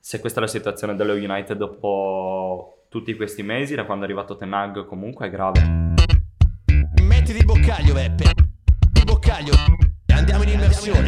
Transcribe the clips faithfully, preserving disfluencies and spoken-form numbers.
se questa è la situazione dello United dopo tutti questi mesi, da quando è arrivato Ten Hag, comunque è grave. Metti di boccaglio, Beppe. Di boccaglio. Andiamo in immersione.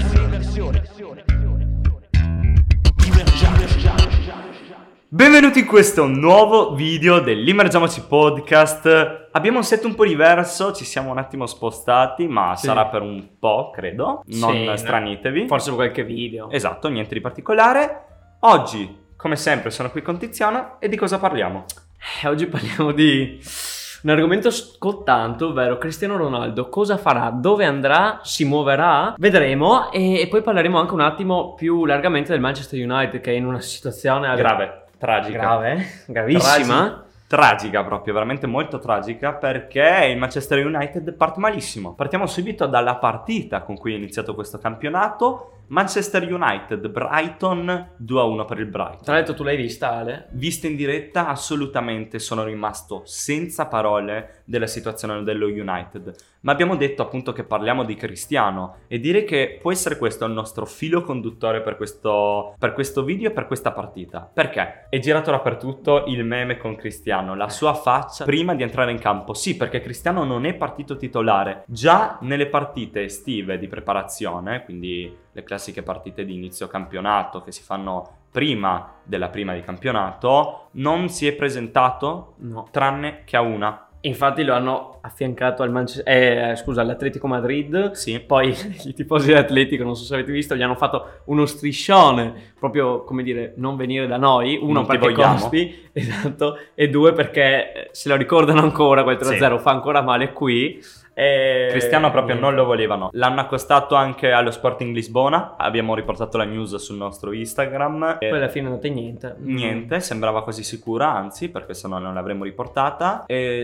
Benvenuti in questo nuovo video dell'Immergiamoci Podcast. Abbiamo un set un po' diverso, ci siamo un attimo spostati, ma Sì. sarà per un po', credo. Non Sì, stranitevi. Forse qualche video. Esatto, niente di particolare. Oggi, come sempre, sono qui con Tiziano e di cosa parliamo? Eh, oggi parliamo di un argomento scottante, ovvero Cristiano Ronaldo. Cosa farà? Dove andrà? Si muoverà? Vedremo. E, e poi parleremo anche un attimo più largamente del Manchester United, che è in una situazione Grave, tragica. grave, gravissima. Tragi- tragica proprio, veramente molto tragica, perché il Manchester United parte malissimo. Partiamo subito dalla partita con cui è iniziato questo campionato. Manchester United Brighton due a uno per il Brighton. Tra l'altro tu l'hai vista, Ale? Vista in diretta, assolutamente sono rimasto senza parole della situazione dello United. Ma abbiamo detto appunto che parliamo di Cristiano e dire che può essere questo il nostro filo conduttore per questo, per questo video e per questa partita. Perché? È girato dappertutto il meme con Cristiano, la sua faccia prima di entrare in campo. Sì, perché Cristiano non è partito titolare. Già nelle partite estive di preparazione, quindi le classiche partite di inizio campionato che si fanno prima della prima di campionato, non si è presentato No. tranne che a una. Infatti lo hanno affiancato al Manchester, eh, scusa, all'Atletico Madrid. Sì. Poi i tifosi dell'Atletico, non so se avete visto, gli hanno fatto uno striscione, proprio come dire, non venire da noi. Uno, Non ti perché vogliamo. costi, esatto, e due perché se lo ricordano ancora, quel tre a zero Sì. fa ancora male qui. E... Cristiano proprio niente. non lo volevano. L'hanno accostato anche allo Sporting Lisbona. Abbiamo riportato la news sul nostro Instagram. Poi alla fine non è niente. Niente, sembrava quasi sicura, anzi, perché se no non l'avremmo riportata. E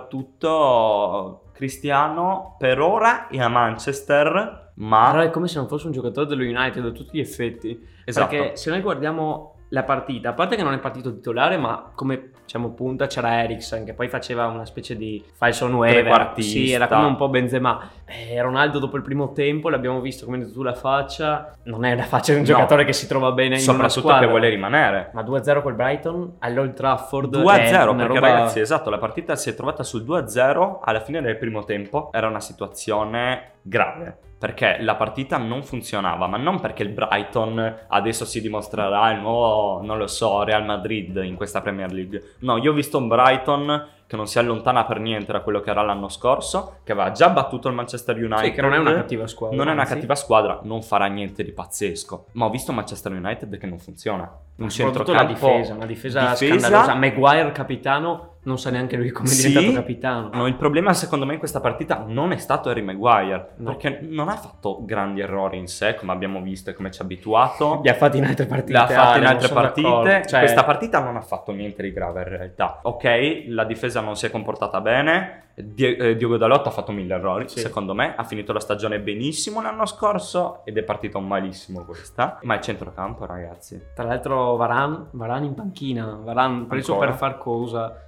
soprattutto Cristiano per ora è a Manchester, ma Però è come se non fosse un giocatore dello United a tutti gli effetti. Esatto. Perché se noi guardiamo la partita, a parte che non è partito titolare, ma come diciamo punta c'era Eriksen che poi faceva una specie di falso nueve. Trequartista. Sì, era come un po' Benzema. E Ronaldo dopo il primo tempo l'abbiamo visto, come hai detto tu, la faccia. Non è la faccia di un No. giocatore che si trova bene in una soprattutto squadra. che vuole rimanere. Ma due a zero col Brighton all'Old Trafford. due a è zero una perché roba- ragazzi, esatto, la partita si è trovata sul due a zero alla fine del primo tempo. Era una situazione grave perché la partita non funzionava, ma non perché il Brighton adesso si dimostrerà il nuovo, non lo so, Real Madrid in questa Premier League. No, io ho visto un Brighton che non si allontana per niente da quello che era l'anno scorso, che aveva già battuto il Manchester United. Sì, che non è una cattiva squadra. Non è una anzi. cattiva squadra, non farà niente di pazzesco. Ma ho visto Manchester United che non funziona. Un Soprattutto la centrocampo, difesa, una difesa, scandalosa. Maguire capitano, non sa neanche lui come è Sì. diventato capitano. No, il problema secondo me in questa partita non è stato Harry Maguire, No. perché non ha fatto grandi errori in sé, come abbiamo visto e come ci ha abituato. Li ha fatti in altre partite. L'ha fatto Ale, in non altre sono partite. d'accordo. Cioè, Questa partita non ha fatto niente di grave in realtà. Ok, la difesa non si è comportata bene. Die- eh, Diogo Dalot ha fatto mille errori, Sì. secondo me. Ha finito la stagione benissimo l'anno scorso ed è partita un malissimo questa. Ma il centrocampo, ragazzi. Tra l'altro Varane, Varane in panchina, Varane preso Ancora? per far cosa.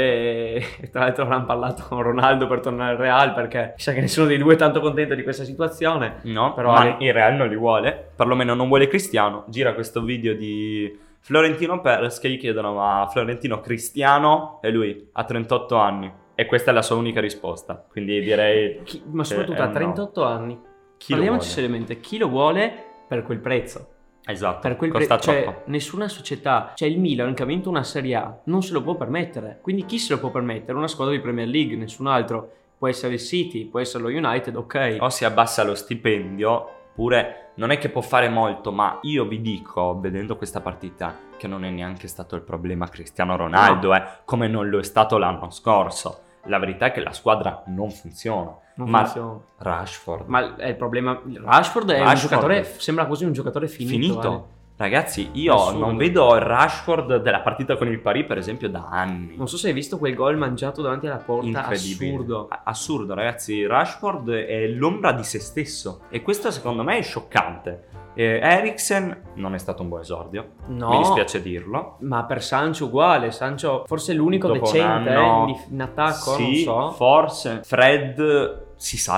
E, e tra l'altro avranno parlato con Ronaldo per tornare al Real, perché sa che nessuno dei due è tanto contento di questa situazione. No, Però ma Ale- il Real non li vuole, perlomeno non vuole Cristiano. Gira questo video di Florentino Perez che gli chiedono: ma Florentino Cristiano? E lui ha trentotto anni e questa è la sua unica risposta, quindi direi Chi- ma che soprattutto è a un no. trentotto anni. Chi lo Parliamoci vuole? seriamente, chi lo vuole per quel prezzo? Esatto, Per quel costa pre- cioè, troppo. nessuna società, cioè il Milan che ha vinto una Serie A non se lo può permettere. Quindi chi se lo può permettere? Una squadra di Premier League, nessun altro. Può essere il City, può essere lo United, ok. O si abbassa lo stipendio, oppure non è che può fare molto, ma io vi dico, vedendo questa partita, che non è neanche stato il problema Cristiano Ronaldo, eh, come non lo è stato l'anno scorso. La verità è che la squadra non funziona. Non ma funziona. Rashford Ma è il problema. Rashford è un Rashford. giocatore. Sembra quasi un giocatore finito. finito. Ale. Ragazzi, io Assurdo. non vedo il Rashford della partita con il Paris, per esempio, da anni. Non so se hai visto quel gol mangiato davanti alla porta. Incredibile. Assurdo. A- Assurdo, ragazzi. Rashford è l'ombra di se stesso e questo secondo me è scioccante. Eh, Eriksen non è stato un buon esordio, No. mi dispiace dirlo. Ma per Sancho uguale. Sancho forse è l'unico Dopo un decente anno- eh, in, dif- in attacco. Sì, non so. forse. Fred si salva.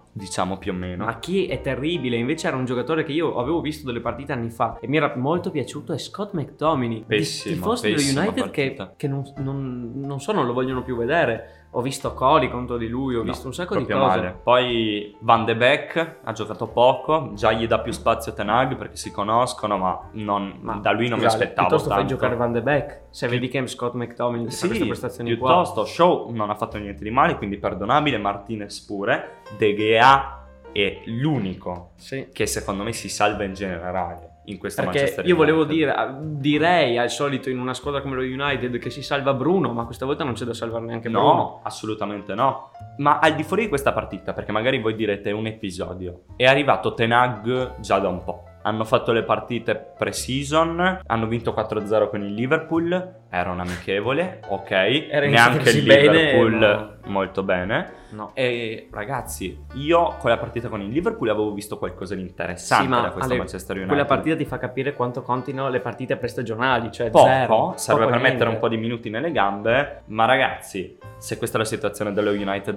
diciamo più o meno. Ma chi è terribile, invece era un giocatore che io avevo visto delle partite anni fa e mi era molto piaciuto, è Scott McTominay. Pessimo, I tifosi dello pessima United che, partita. che non, non, non so, non lo vogliono più vedere. Ho visto Coli contro di lui, ho No, visto un sacco di proprio cose. male. Poi Van de Beek ha giocato poco, già gli dà più spazio Ten Hag perché si conoscono, ma, non, Ma da lui non scusate, mi aspettavo piuttosto tanto. fai giocare Van de Beek, se vedi che è Scott McTominay che fa queste Sì, prestazioni qua. piuttosto Shaw non ha fatto niente di male, quindi perdonabile. Martinez pure. De Gea è l'unico Sì. che secondo me si salva in generale in questo Perché Manchester io volevo United. dire, direi al solito in una squadra come lo United che si salva Bruno, ma questa volta non c'è da salvare neanche Bruno. No, assolutamente no. Ma al di fuori di questa partita, perché magari voi direte un episodio, è arrivato Ten Hag già da un po'. Hanno fatto le partite pre-season, hanno vinto quattro a zero con il Liverpool, era un amichevole, ok. Era iniziato Neanche così il bene, Liverpool ma- molto bene. No. E ragazzi, io con la partita con il Liverpool avevo visto qualcosa di interessante Sì, ma da questo Ale, Manchester United. quella partita ti fa capire quanto contino le partite prestagionali, cioè Poco, zero, serve poco per mettere niente. un po' di minuti nelle gambe, ma ragazzi, se questa è la situazione dello United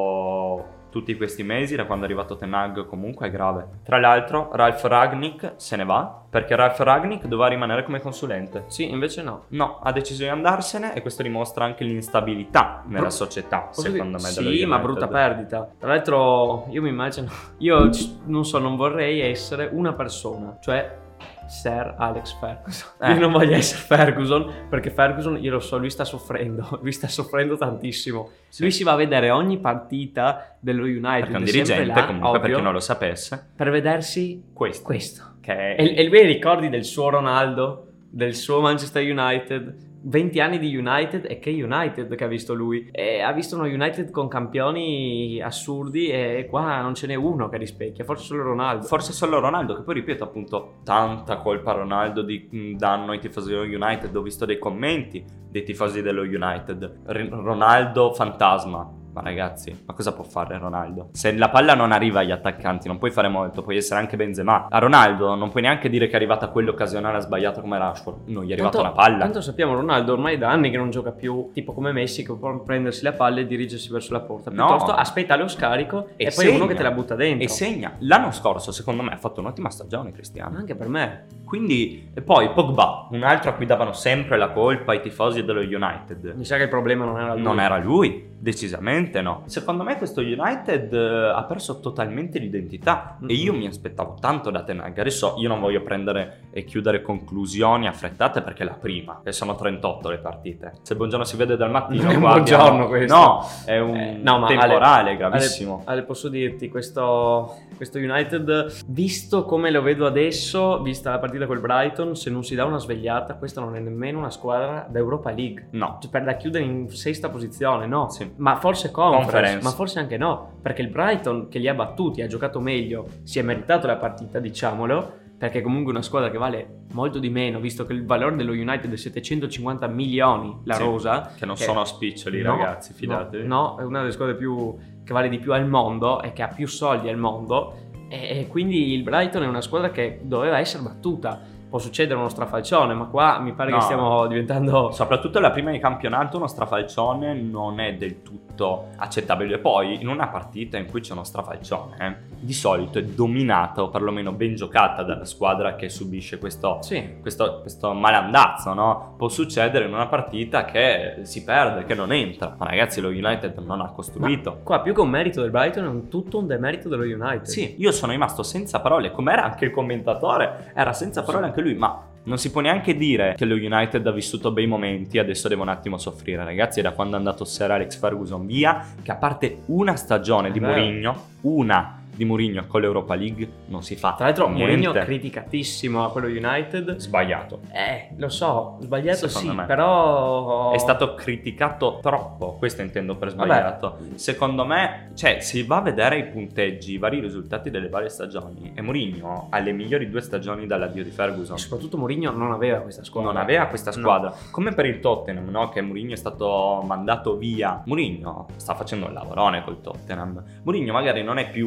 dopo tutti questi mesi, da quando è arrivato Ten Hag, comunque è grave. Tra l'altro Ralf Rangnick se ne va, perché Ralf Rangnick doveva rimanere come consulente. Sì, invece no. No, ha deciso di andarsene e questo dimostra anche l'instabilità nella Bru- società, Posso secondo dire- me, dello Sì, United. ma brutta perdita. Tra l'altro io mi immagino, io c- non so, non vorrei essere una persona, cioè Sir Alex Ferguson. Eh. Io non voglio essere Ferguson, perché Ferguson, io lo so, lui sta soffrendo, lui sta soffrendo tantissimo. Sì. Lui si va a vedere ogni partita dello United, Perché è un sempre dirigente, là, comunque, per ovvio, chi non lo sapesse, per vedersi questo. questo. Che E, e lui ha i ricordi del suo Ronaldo, del suo Manchester United, venti anni di United, e che United che ha visto lui. E ha visto uno United con campioni assurdi e qua non ce n'è uno che rispecchia, forse solo Ronaldo. Forse solo Ronaldo, che poi ripeto appunto tanta colpa a Ronaldo di mh, danno ai tifosi dello United. Ho visto dei commenti dei tifosi dello United. R- Ronaldo fantasma. Ma ragazzi, ma cosa può fare Ronaldo? Se la palla non arriva agli attaccanti non puoi fare molto, puoi essere anche Benzema. A Ronaldo non puoi neanche dire che è arrivata quell'occasione, ha sbagliato come Rashford. Non gli è arrivata Tanto- una palla. Tanto sappiamo Ronaldo ormai da anni che non gioca più, tipo come Messi che può prendersi la palla e dirigersi verso la porta. No. Piuttosto aspetta lo scarico e, E poi segna. uno che te la butta dentro. E segna. L'anno scorso secondo me ha fatto un'ottima stagione Cristiano. Anche per me. Quindi, e poi Pogba, un altro a cui davano sempre la colpa i tifosi dello United. Mi sa che il problema non era lui. Non era lui, decisamente no. Secondo me questo United eh, ha perso totalmente l'identità e io mi aspettavo tanto da Ten Hag. Adesso io non voglio prendere e chiudere conclusioni affrettate perché è la prima, e sono trentotto le partite. Se il buongiorno si vede dal mattino, Non è un qua buongiorno abbiamo- questo. No, è un Eh, no, ma temporale Ale- gravissimo. Ale, Ale, posso dirti, questo, questo United, visto come lo vedo adesso, vista la partita col Brighton, se non si dà una svegliata, questa non è nemmeno una squadra da Europa League. No. Cioè, per da chiudere in sesta posizione, no. Sì. Ma forse conference, Conference. ma forse anche no. Perché il Brighton, che li ha battuti, ha giocato meglio, si è meritato la partita, diciamolo. Perché comunque è una squadra che vale molto di meno, visto che il valore dello United è settecentocinquanta milioni, la Sì, rosa. Che non sono spiccioli, No, ragazzi, fidatevi. No, no, è una delle squadre più che vale di più al mondo e che ha più soldi al mondo. E, e quindi il Brighton è una squadra che doveva essere battuta. Può succedere uno strafalcione, ma qua mi pare No. che stiamo diventando... Soprattutto la prima di campionato uno strafalcione non è del tutto accettabile. Poi in una partita in cui c'è uno strafalcione eh, di solito è dominata o perlomeno ben giocata dalla squadra che subisce questo, Sì. questo, questo malandazzo, no? Può succedere in una partita che si perde, che non entra. Ma ragazzi, lo United non ha costruito. Qua più che un merito del Brighton è un, tutto un demerito dello United. Sì, io sono rimasto senza parole, come era anche il commentatore, era senza parole anche lui, ma non si può neanche dire che lo United ha vissuto bei momenti, adesso deve un attimo soffrire, ragazzi. È da quando è andato Sir Alex Ferguson via che a parte una stagione di È vero. Mourinho, una di Mourinho con l'Europa League non si fa Tra l'altro niente. Mourinho criticatissimo a quello United. Sbagliato. Eh, lo so, sbagliato Secondo sì, me. però... È stato criticato troppo, questo intendo per sbagliato. Secondo me, cioè, si va a vedere i punteggi, i vari risultati delle varie stagioni e Mourinho ha le migliori due stagioni dall'addio di Ferguson. E soprattutto Mourinho non aveva questa squadra. Non aveva questa squadra, come per il Tottenham, no? Che Mourinho è stato mandato via. Mourinho sta facendo il lavorone col Tottenham. Mourinho magari non è più il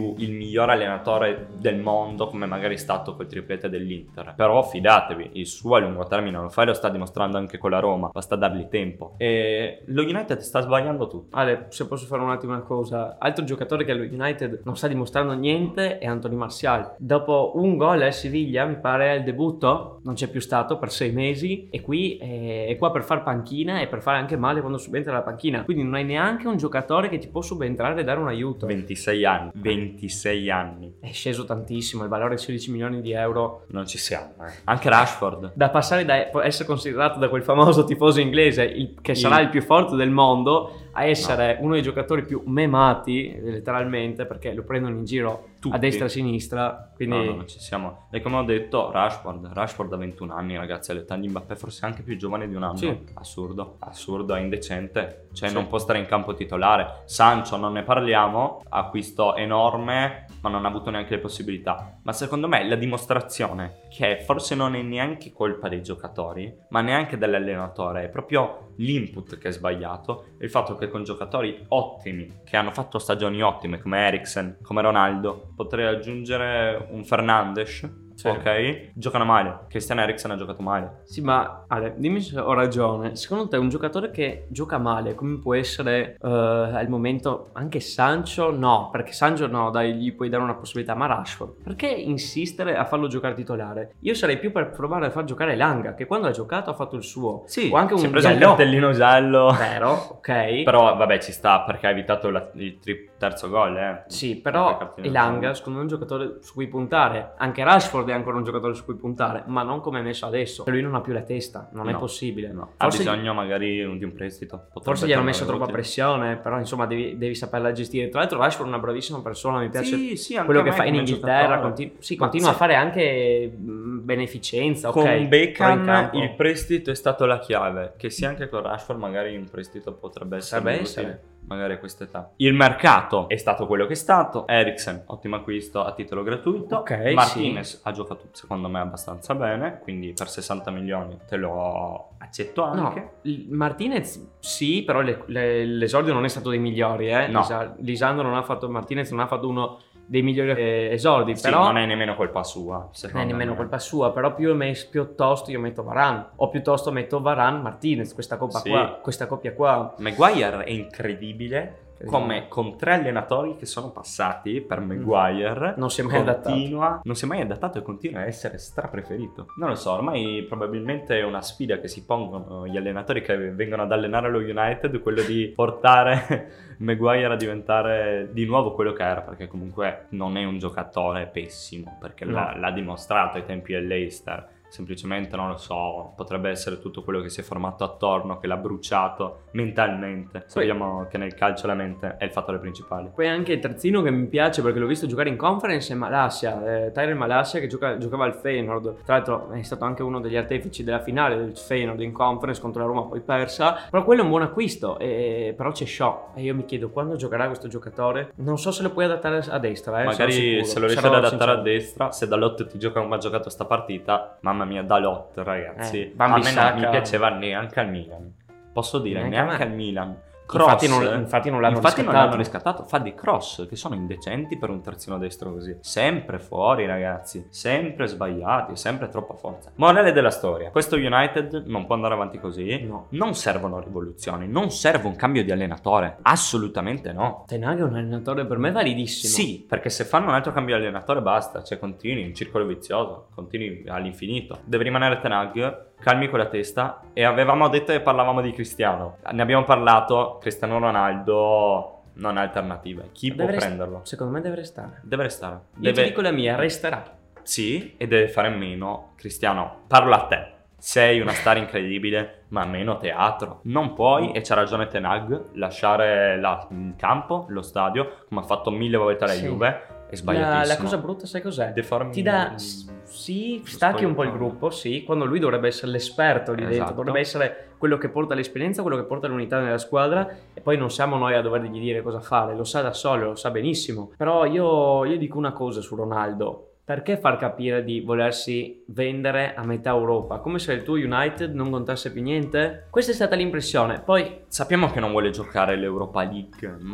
miglior allenatore del mondo come magari è stato col triplete dell'Inter, però fidatevi, il suo a lungo termine lo fa e lo sta dimostrando anche con la Roma, basta dargli tempo. E lo United sta sbagliando tutto. Ale, se posso fare un attimo una cosa, altro giocatore che allo United non sta dimostrando niente è Anthony Martial. Dopo un gol a Siviglia, mi pare al debutto, non c'è più stato per sei mesi e qui è, è qua per far panchina e per fare anche male quando subentra la panchina, quindi non hai neanche un giocatore che ti può subentrare e dare un aiuto. ventisei anni, ventisei anni. È sceso tantissimo, il valore è sedici milioni di euro. Non ci siamo, eh. Anche Rashford. Da passare da essere considerato da quel famoso tifoso inglese il, che sarà il più forte del mondo a essere no. uno dei giocatori più memati letteralmente, perché lo prendono in giro tutti, a destra e a sinistra, quindi no, no, non ci siamo. E come ho detto, Rashford Rashford ha ventuno anni, ragazzi, all'età di Mbappé, forse anche più giovane di un anno. Sì. Assurdo, assurdo, è indecente, cioè sì. non può stare in campo titolare. Sancho non ne parliamo, acquisto enorme, ma non ha avuto neanche le possibilità. Ma secondo me la dimostrazione che forse non è neanche colpa dei giocatori, ma neanche dell'allenatore, è proprio l'input che è sbagliato, e il fatto che con giocatori ottimi, che hanno fatto stagioni ottime come Eriksen, come Ronaldo, potrei aggiungere un Fernandes, sì. ok? Giocano male. Christian Eriksen ha giocato male. Sì, ma Ale, dimmi se ho ragione. Secondo te un giocatore che gioca male, come può essere uh, al momento anche Sancho? No, perché Sancho no, dai, gli puoi dare una possibilità. Ma Rashford, perché insistere a farlo giocare titolare? Io sarei più per provare a far giocare Langa, che quando ha giocato ha fatto il suo. Sì, o anche un si è preso un cartellino giallo. Vero, ok. Però vabbè, ci sta, perché ha evitato la, il tri- terzo gol, eh. Sì, però Elanga secondo me è un giocatore su cui puntare. Anche Rashford è ancora un giocatore su cui puntare, ma non come è messo adesso. Lui non ha più la testa, non no, è possibile. No. Forse ha bisogno magari di un prestito. Forse gli hanno messo troppa pressione, però insomma devi, devi saperla gestire. Tra l'altro Rashford è una bravissima persona, mi piace sì, sì, quello che fa in Inghilterra, continu- sì, continua sì. a fare anche beneficenza. Con okay, Beckham il prestito è stato la chiave, che sia anche con Rashford magari un prestito potrebbe essere, potrebbe utile, essere. magari a questa età. Il mercato è stato quello che è stato. Eriksen, ottimo acquisto a titolo gratuito. Okay, Martinez sì. ha giocato secondo me abbastanza bene, quindi per sessanta milioni te lo accetto anche. No, Martinez sì, però le, le, l'esordio non è stato dei migliori, eh. No. Lisa, Lisandro non ha fatto, Martinez non ha fatto uno dei migliori eh, esordi, sì, però non è nemmeno colpa sua, non è nemmeno me. colpa sua, però più mes- piuttosto io metto Varane, o piuttosto metto Varane Martinez, questa coppa sì. qua, questa coppia qua. Maguire è incredibile. Come con tre allenatori che sono passati per Maguire non si è mai continua, adattato non si è mai adattato e continua a essere strapreferito. Non lo so, ormai probabilmente è una sfida che si pongono gli allenatori che vengono ad allenare lo United, quello di portare Maguire a diventare di nuovo quello che era, perché comunque non è un giocatore pessimo, perché no. l'ha, l'ha dimostrato ai tempi dell'Leicester. Semplicemente non lo so, potrebbe essere tutto quello che si è formato attorno, che l'ha bruciato mentalmente. Sappiamo Poi, che nel calcio la mente è il fattore principale. Poi anche il terzino che mi piace, perché l'ho visto giocare in Conference, è Malacia, eh, Tyrell Malacia, che gioca, giocava al Feyenoord. Tra l'altro è stato anche uno degli artefici della finale del Feyenoord in Conference contro la Roma, poi persa. Però quello è un buon acquisto, e, però c'è Shaw. E io mi chiedo quando giocherà questo giocatore. Non so se lo puoi adattare a destra, eh, magari se lo riesci ad adattare a destra. Se Dalot ti gioca come ha giocato sta partita, mamma mia, Dalot, ragazzi, eh, a me non mi piaceva neanche al Milan, posso dire, neanche, neanche al Milan. Cross, infatti, non, infatti non l'hanno infatti riscattato. non l'hanno riscattato. Fa dei cross che sono indecenti per un terzino destro così, sempre fuori, ragazzi, sempre sbagliati, sempre troppa forza. Morale della storia: questo United non può andare avanti così. No. Non servono rivoluzioni, non serve un cambio di allenatore, assolutamente no. Ten Hag è un allenatore per me validissimo. Sì, perché se fanno un altro cambio di allenatore basta, cioè continui un circolo vizioso, continui all'infinito. Deve rimanere Ten Hag, calmi con la testa. E avevamo detto che parlavamo di Cristiano, ne abbiamo parlato. Cristiano Ronaldo non ha alternative. Chi deve può rest- prenderlo? Secondo me deve restare. Deve restare. Io Deve... ti dico la mia, resterà. Sì, e deve fare meno. Cristiano, parlo a te. Sei una star incredibile, ma meno teatro. Non puoi, e c'ha ragione Ten Hag, lasciare la, il campo, lo stadio, come ha fatto mille volte la sì. Juve. È sbagliatissimo. La, la cosa brutta sai cos'è? Deformi... Ti dà... Sì, stacchi un po' il gruppo, sì, quando lui dovrebbe essere l'esperto lì esatto. dentro, dovrebbe essere quello che porta l'esperienza, quello che porta l'unità nella squadra, e poi non siamo noi a dovergli dire cosa fare, lo sa da solo, lo sa benissimo. Però io, io dico una cosa su Ronaldo. Perché far capire di volersi vendere a metà Europa? Come se il tuo United non contasse più niente? Questa è stata l'impressione. Poi sappiamo che non vuole giocare l'Europa League, ma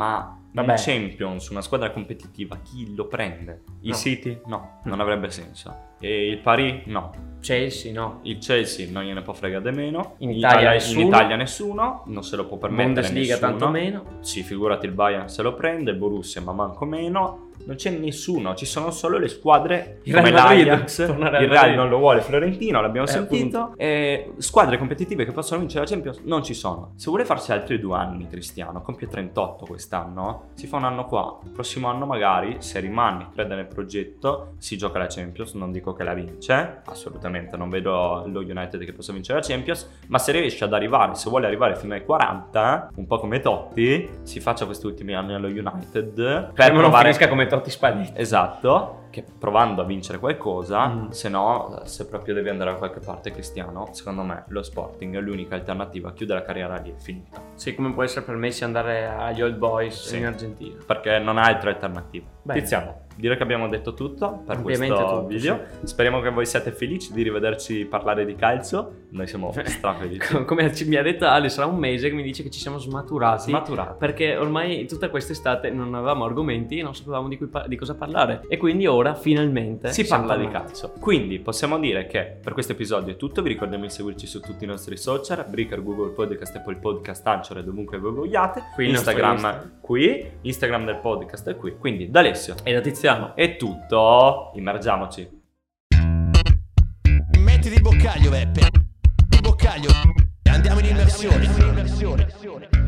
Vabbè. Un Champions, una squadra competitiva, chi lo prende? I No. City? No, non No. avrebbe senso. E il Paris? No. Chelsea, no. Il Chelsea non gliene può fregare meno. In Italia nessuno. in Italia nessuno, non se lo può permettere Bundesliga nessuno. tanto meno. Sì, figurati il Bayern se lo prende, il Borussia ma manco meno. Non c'è nessuno, ci sono solo le squadre Il come Real Madrid, l'Ajax, torna Real il Real Madrid. non lo vuole Florentino, l'abbiamo Eh, sentito, e squadre competitive che possono vincere la Champions non ci sono. Se vuole farsi altri due anni Cristiano, compie trentotto quest'anno, si fa un anno qua, il prossimo anno magari, se rimane, crede nel progetto, si gioca la Champions, non dico che la vince, assolutamente non vedo lo United che possa vincere la Champions, ma se riesce ad arrivare, se vuole arrivare fino ai quaranta, un po' come Totti, si faccia questi ultimi anni allo United per Per non provare... finisca come Totti Spalletti. Esatto, che provando a vincere qualcosa, Mm. se no, se proprio devi andare da qualche parte Cristiano, secondo me lo Sporting è l'unica alternativa, chiude la carriera lì, è finita. Sì, come può essere per Messi andare agli Old Boys Sì. in Argentina. Perché non ha altre alternative. Bene. Tiziano, direi che abbiamo detto tutto per Ampiamente questo tutto, video. Speriamo che voi siate felici di rivederci parlare di calcio. Noi siamo strafelici. Come ci- mi ha detto Ale, sarà un mese che mi dice che ci siamo smaturati. Smaturati. Perché ormai tutta quest'estate non avevamo argomenti e non sapevamo di, cui par- di cosa parlare. E quindi ora finalmente Si siamo parla di tornati. calcio. Quindi possiamo dire che per questo episodio è tutto. Vi ricordiamo di seguirci su tutti i nostri social: Breaker, Google Podcast, Apple Podcast, Anchor e dovunque voi vogliate. Qui il nostro Instagram Insta. qui, Instagram del podcast è qui. Quindi da Alessio E da Tiziano. è tutto. Immergiamoci. Mettiti il boccaglio, Beppe. Il boccaglio. Andiamo in immersione.